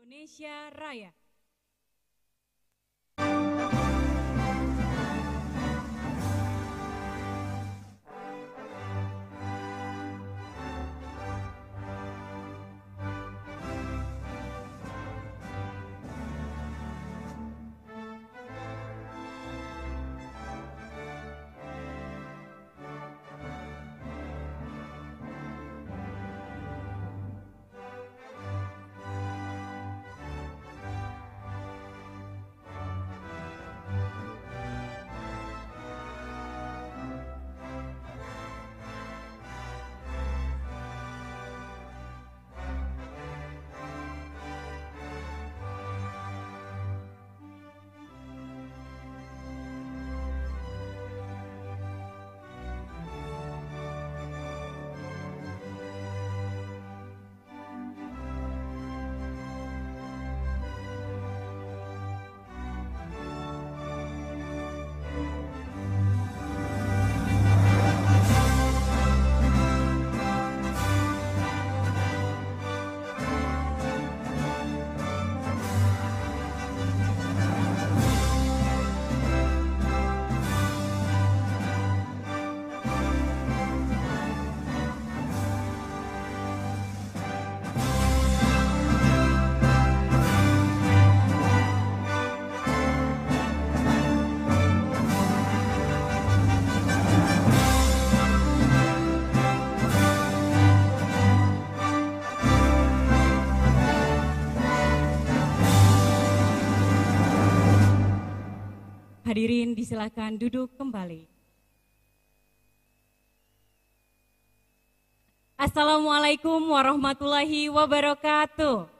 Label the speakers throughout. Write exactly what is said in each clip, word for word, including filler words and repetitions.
Speaker 1: Indonesia Raya. Hadirin disilakan duduk kembali. Assalamualaikum warahmatullahi wabarakatuh.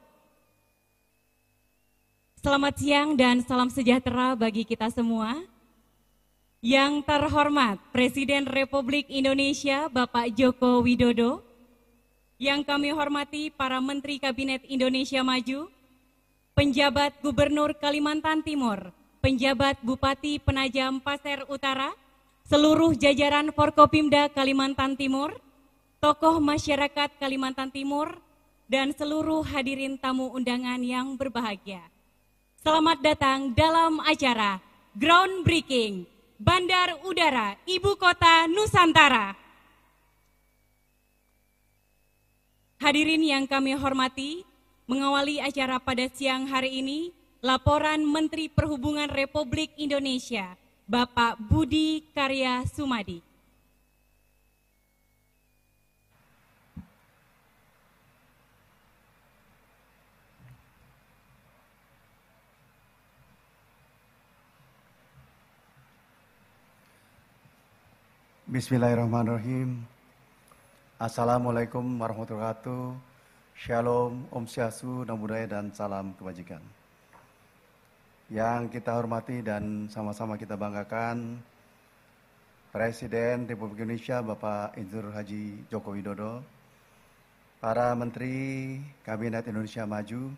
Speaker 1: Selamat siang dan salam sejahtera bagi kita semua. Yang terhormat Presiden Republik Indonesia Bapak Joko Widodo, yang kami hormati para Menteri Kabinet Indonesia Maju, penjabat Gubernur Kalimantan Timur, penjabat Bupati Penajam Pasir Utara, seluruh jajaran Forkopimda Kalimantan Timur, tokoh masyarakat Kalimantan Timur, dan seluruh hadirin tamu undangan yang berbahagia. Selamat datang dalam acara Groundbreaking Bandar Udara Ibu Kota Nusantara. Hadirin yang kami hormati, mengawali acara pada siang hari ini, laporan Menteri Perhubungan Republik Indonesia, Bapak Budi Karya Sumadi.
Speaker 2: Bismillahirrahmanirrahim. Assalamualaikum warahmatullahi wabarakatuh. Shalom, Om Swastiastu, Namo Buddhaya, dan salam kebajikan. Yang kita hormati dan sama-sama kita banggakan, Presiden Republik Indonesia Bapak Insinyur Haji Joko Widodo, para Menteri Kabinet Indonesia Maju,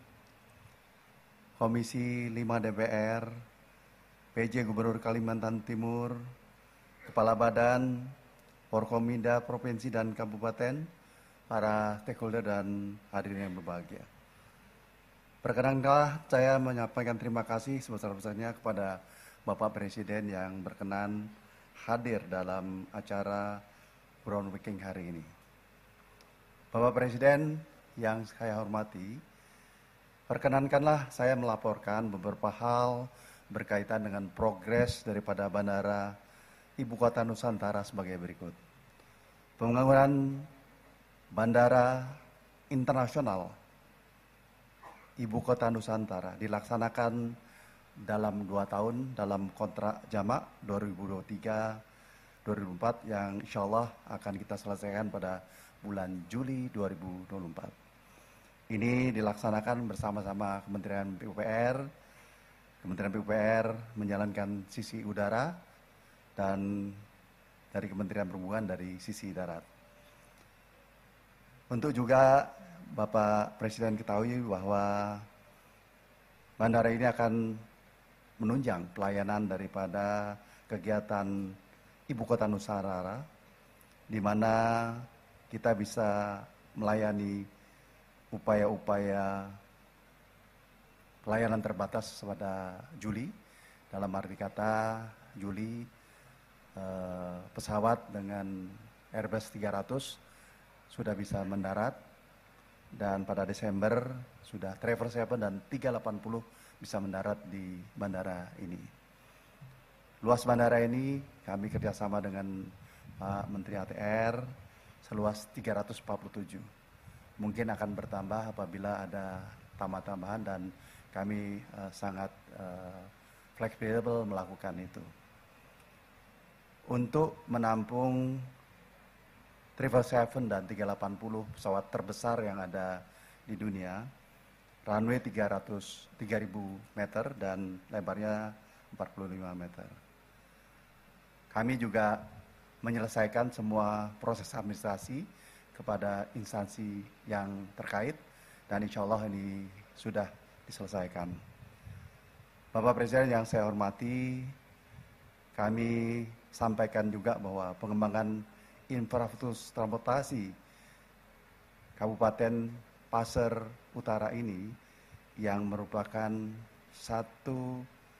Speaker 2: Komisi lima D P R, P J Gubernur Kalimantan Timur, Kepala Badan, Forkominda Provinsi dan Kabupaten, para stakeholder dan hadirin yang berbahagia. Perkenankanlah saya menyampaikan terima kasih sebesar-besarnya kepada Bapak Presiden yang berkenan hadir dalam acara groundbreaking hari ini. Bapak Presiden yang saya hormati, perkenankanlah saya melaporkan beberapa hal berkaitan dengan progres daripada Bandara Ibu Kota Nusantara sebagai berikut. Pembangunan Bandara Internasional Ibu Kota Nusantara dilaksanakan dalam dua tahun dalam kontrak jamak dua ribu dua puluh tiga dua ribu empat yang insya Allah akan kita selesaikan pada bulan Juli dua ribu dua puluh empat. Ini dilaksanakan bersama-sama Kementerian P U P R. Kementerian P U P R menjalankan sisi udara dan dari Kementerian Perhubungan dari sisi darat. Untuk juga Bapak Presiden ketahui bahwa bandara ini akan menunjang pelayanan daripada kegiatan Ibu Kota Nusantara, di mana kita bisa melayani upaya-upaya pelayanan terbatas pada Juli. Dalam arti kata Juli eh, pesawat dengan Airbus tiga ratus sudah bisa mendarat, dan pada Desember sudah Travel tujuh dan tiga delapan puluh bisa mendarat di bandara ini. Luas bandara ini kami kerjasama dengan Pak Menteri A T R seluas tiga ratus empat puluh tujuh. Mungkin akan bertambah apabila ada tambah-tambahan, dan kami uh, sangat uh, fleksibel melakukan itu. Untuk menampung Travel tujuh dan tiga delapan puluh pesawat terbesar yang ada di dunia, runway tiga ratus tiga ribu meter dan lebarnya empat puluh lima meter. Kami juga menyelesaikan semua proses administrasi kepada instansi yang terkait, dan insya Allah ini sudah diselesaikan. Bapak Presiden yang saya hormati, kami sampaikan juga bahwa pengembangan infrastruktur transportasi Kabupaten Pasir Utara ini yang merupakan satu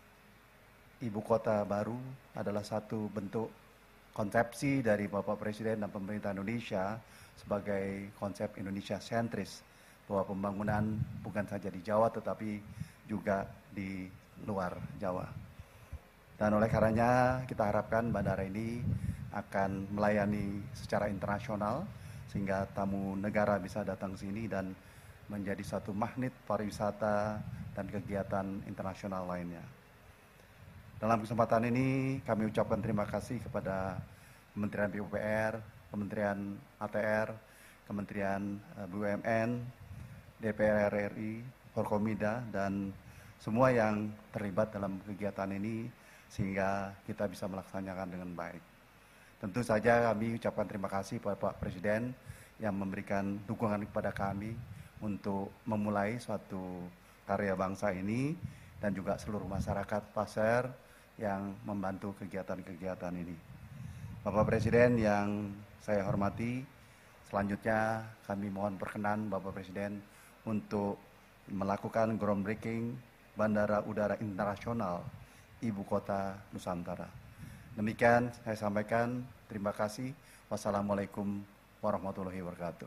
Speaker 2: ibu kota baru adalah satu bentuk konsepsi dari Bapak Presiden dan pemerintah Indonesia sebagai konsep Indonesia sentris, bahwa pembangunan bukan saja di Jawa tetapi juga di luar Jawa. Dan oleh karenanya kita harapkan bandara ini akan melayani secara internasional sehingga tamu negara bisa datang ke sini dan menjadi satu magnet pariwisata dan kegiatan internasional lainnya. Dalam kesempatan ini kami ucapkan terima kasih kepada Kementerian P U P R, Kementerian A T R, Kementerian B U M N, D P R R I, Forkomida, dan semua yang terlibat dalam kegiatan ini sehingga kita bisa melaksanakan dengan baik. Tentu saja kami ucapkan terima kasih kepada Pak Presiden yang memberikan dukungan kepada kami untuk memulai suatu karya bangsa ini, dan juga seluruh masyarakat Pasir yang membantu kegiatan-kegiatan ini. Bapak Presiden yang saya hormati, selanjutnya kami mohon perkenan Bapak Presiden untuk melakukan groundbreaking Bandara Udara Internasional Ibu Kota Nusantara. Demikian saya sampaikan, terima kasih. Wassalamualaikum warahmatullahi wabarakatuh.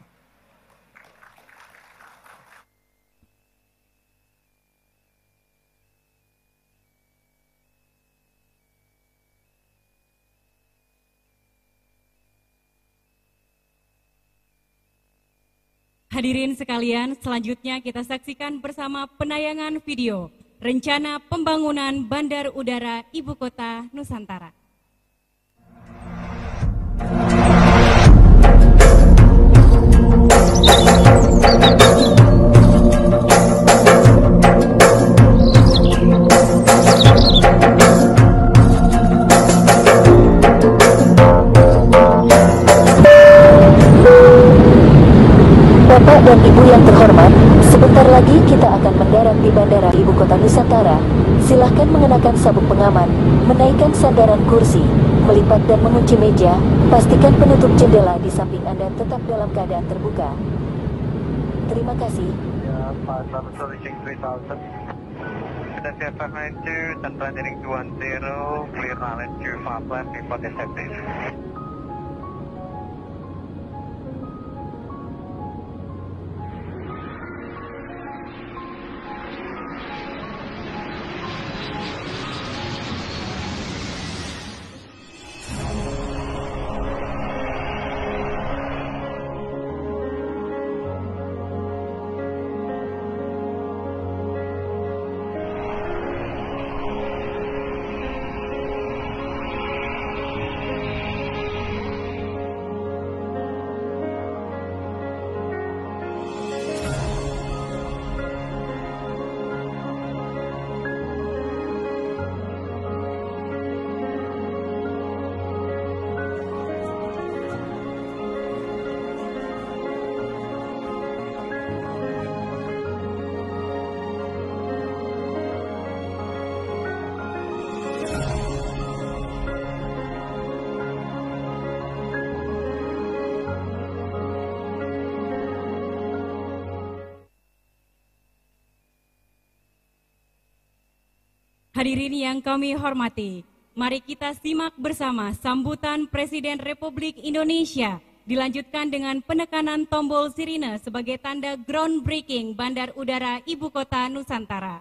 Speaker 1: Hadirin sekalian, selanjutnya kita saksikan bersama penayangan video Rencana Pembangunan Bandar Udara Ibu Kota Nusantara.
Speaker 3: Bapak dan Ibu yang terhormat, sebentar lagi kita akan mendarat di Bandara Ibu Kota Nusantara. Silahkan mengenakan sabuk pengaman, menaikkan sandaran kursi, melipat dan mengunci meja. Pastikan penutup jendela di samping Anda tetap dalam keadaan terbuka. Terima kasih.
Speaker 4: Ya, Pak Selamat reaching three thousand. Pedestrian five nine two, Tanpa heading two one zero, clear island two five left, report effective.
Speaker 1: Hadirin yang kami hormati, mari kita simak bersama sambutan Presiden Republik Indonesia dilanjutkan dengan penekanan tombol sirine sebagai tanda groundbreaking Bandar Udara Ibu Kota Nusantara.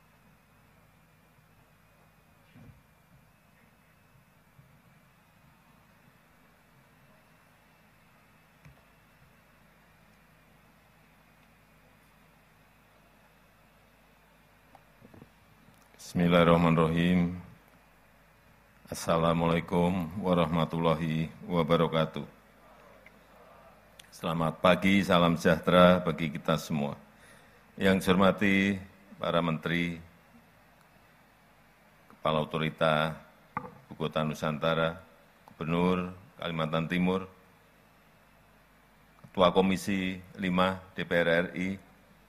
Speaker 5: Bismillahirrahmanirrahim. Assalamualaikum warahmatullahi wabarakatuh. Selamat pagi, salam sejahtera bagi kita semua. Yang saya hormati para menteri, kepala otorita Ibu Kota Nusantara, Gubernur Kalimantan Timur, Ketua Komisi lima D P R R I,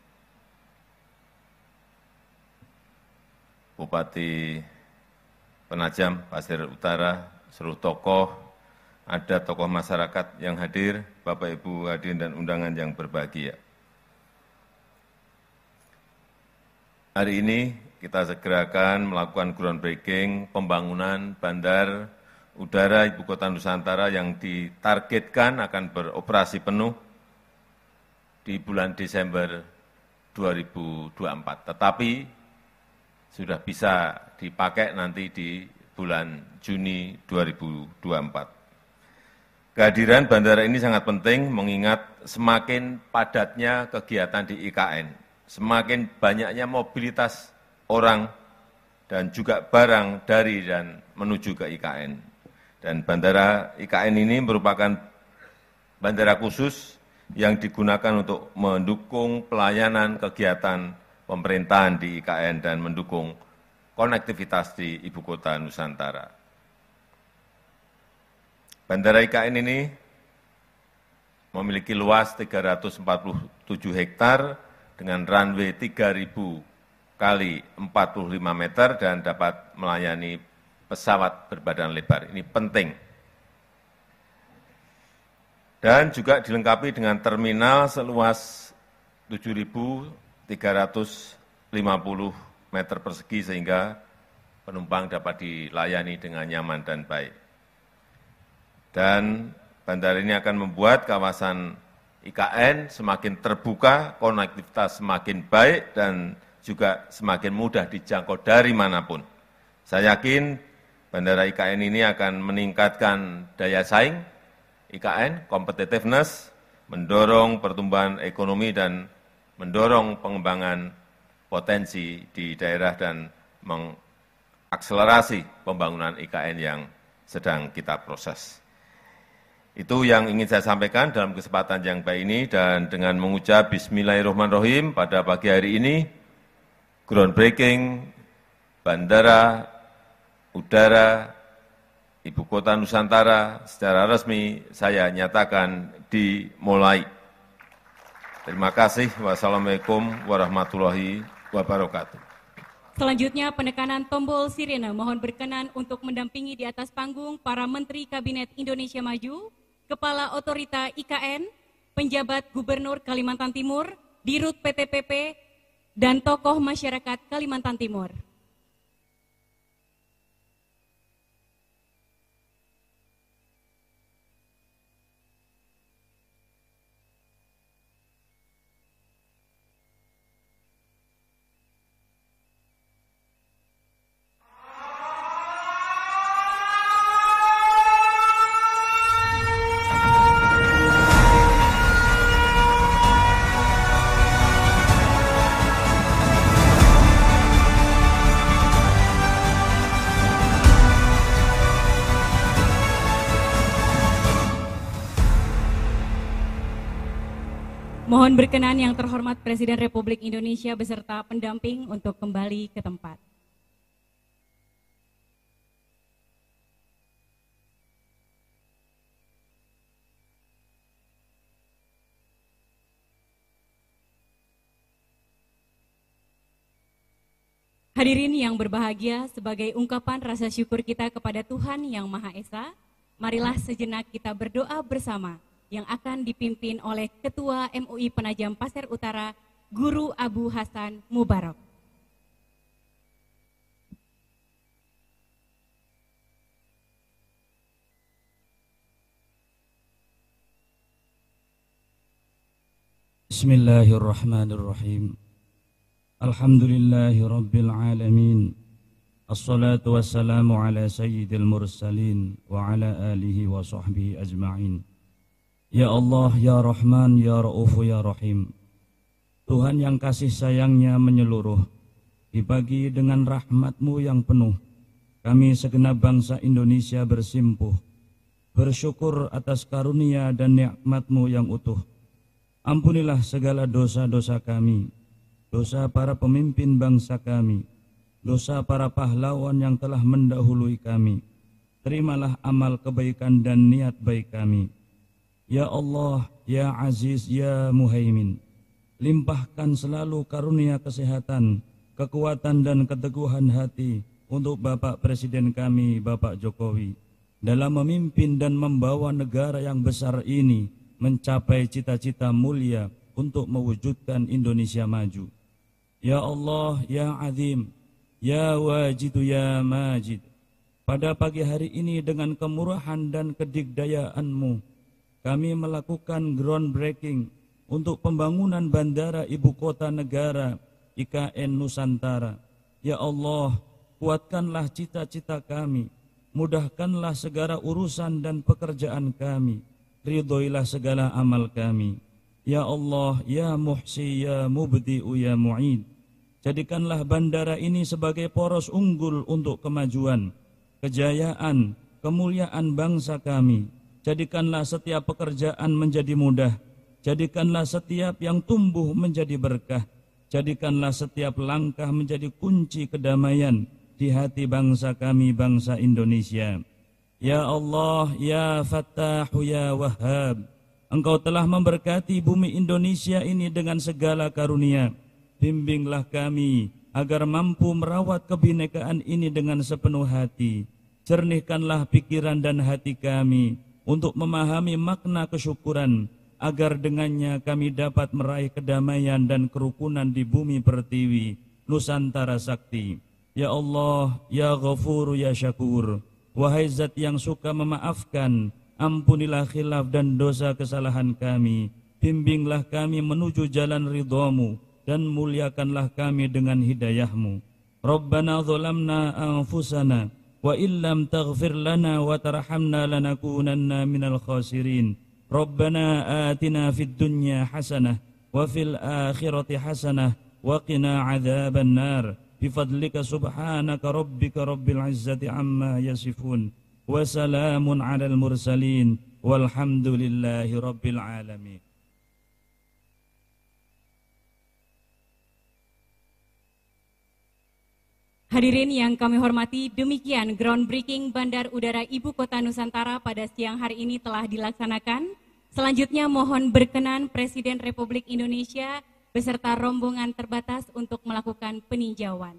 Speaker 5: Bupati Penajam Pasir Utara, seluruh tokoh, ada tokoh masyarakat yang hadir, Bapak Ibu hadirin dan undangan yang berbahagia. Hari ini kita segerakan melakukan groundbreaking pembangunan Bandar Udara Ibu Kota Nusantara yang ditargetkan akan beroperasi penuh di bulan Desember dua ribu dua puluh empat. Tetapi sudah bisa dipakai nanti di bulan Juni dua ribu dua puluh empat. Kehadiran bandara ini sangat penting mengingat semakin padatnya kegiatan di I K N, semakin banyaknya mobilitas orang dan juga barang dari dan menuju ke I K N. Dan bandara I K N ini merupakan bandara khusus yang digunakan untuk mendukung pelayanan kegiatan pemerintahan di I K N dan mendukung konektivitas di Ibu Kota Nusantara. Bandara I K N ini memiliki luas tiga ratus empat puluh tujuh hektar dengan runway tiga ribu kali empat puluh lima meter dan dapat melayani pesawat berbadan lebar. Ini penting. Dan juga dilengkapi dengan terminal seluas tujuh ribu tiga ratus lima puluh meter persegi sehingga penumpang dapat dilayani dengan nyaman dan baik. Dan bandara ini akan membuat kawasan I K N semakin terbuka, konektivitas semakin baik, dan juga semakin mudah dijangkau dari manapun. Saya yakin bandara I K N ini akan meningkatkan daya saing I K N, competitiveness, mendorong pertumbuhan ekonomi dan mendorong pengembangan potensi di daerah dan mengakselerasi pembangunan I K N yang sedang kita proses. Itu yang ingin saya sampaikan dalam kesempatan yang baik ini, dan dengan mengucap Bismillahirrahmanirrahim pada pagi hari ini, groundbreaking Bandara Udara Ibu Kota Nusantara secara resmi saya nyatakan dimulai. Terima kasih. Wassalamualaikum warahmatullahi wabarakatuh.
Speaker 1: Selanjutnya penekanan tombol sirene. Mohon berkenan untuk mendampingi di atas panggung para Menteri Kabinet Indonesia Maju, Kepala Otorita I K N, penjabat Gubernur Kalimantan Timur, Dirut P T P P, dan tokoh masyarakat Kalimantan Timur. Mohon berkenan yang terhormat Presiden Republik Indonesia beserta pendamping untuk kembali ke tempat. Hadirin yang berbahagia, sebagai ungkapan rasa syukur kita kepada Tuhan Yang Maha Esa, marilah sejenak kita berdoa bersama yang akan dipimpin oleh Ketua M U I Penajam Pasir Utara, Guru Abu Hasan Mubarak.
Speaker 6: Bismillahirrahmanirrahim. Alhamdulillahi rabbil alamin. Assalatu wassalamu ala sayyidil mursalin wa ala alihi wa sahbihi ajma'in. Ya Allah, ya Rahman, ya Ra'ufu, ya Rahim. Tuhan yang kasih sayangnya menyeluruh, dibagi dengan rahmat-Mu yang penuh, kami segenap bangsa Indonesia bersimpuh, bersyukur atas karunia dan nikmat-Mu yang utuh. Ampunilah segala dosa-dosa kami, dosa para pemimpin bangsa kami, dosa para pahlawan yang telah mendahului kami. Terimalah amal kebaikan dan niat baik kami. Ya Allah, ya Aziz, ya Muhaimin, limpahkan selalu karunia kesehatan, kekuatan dan keteguhan hati untuk Bapak Presiden kami, Bapak Jokowi, dalam memimpin dan membawa negara yang besar ini mencapai cita-cita mulia untuk mewujudkan Indonesia maju. Ya Allah, ya Azim, ya Wajidu, ya Majid, pada pagi hari ini dengan kemurahan dan kedigdayaan-Mu, kami melakukan groundbreaking untuk pembangunan Bandara Ibu Kota Negara I K N Nusantara. Ya Allah, kuatkanlah cita-cita kami, mudahkanlah segala urusan dan pekerjaan kami, ridhoilah segala amal kami. Ya Allah, ya Muhsi, ya Mubdi'u, ya Mu'id, jadikanlah bandara ini sebagai poros unggul untuk kemajuan, kejayaan, kemuliaan bangsa kami. Jadikanlah setiap pekerjaan menjadi mudah, jadikanlah setiap yang tumbuh menjadi berkah, jadikanlah setiap langkah menjadi kunci kedamaian di hati bangsa kami, bangsa Indonesia. Ya Allah, ya Fattahu, ya Wahhab, Engkau telah memberkati bumi Indonesia ini dengan segala karunia. Bimbinglah kami agar mampu merawat kebinekaan ini dengan sepenuh hati. Cernihkanlah pikiran dan hati kami untuk memahami makna kesyukuran, agar dengannya kami dapat meraih kedamaian dan kerukunan di bumi pertiwi Nusantara Sakti. Ya Allah, ya Ghafur, ya Syakur, wahai Zat yang suka memaafkan, ampunilah khilaf dan dosa kesalahan kami. Bimbinglah kami menuju jalan ridhamu dan muliakanlah kami dengan hidayahmu. Rabbana zalamna anfusana wa illam taghfir lana wa tarhamna lanakunanna minal khasirin. Rabbana atina fid dunya hasanah wa fil akhirati hasanah wa qina adzaban nar. Bifadlika subhanaka rabbika rabbil izzati amma yasifun wa salamun alal mursalin walhamdulillahi rabbil alamin.
Speaker 1: Hadirin yang kami hormati, demikian groundbreaking Bandar Udara Ibu Kota Nusantara pada siang hari ini telah dilaksanakan. Selanjutnya mohon berkenan Presiden Republik Indonesia beserta rombongan terbatas untuk melakukan peninjauan.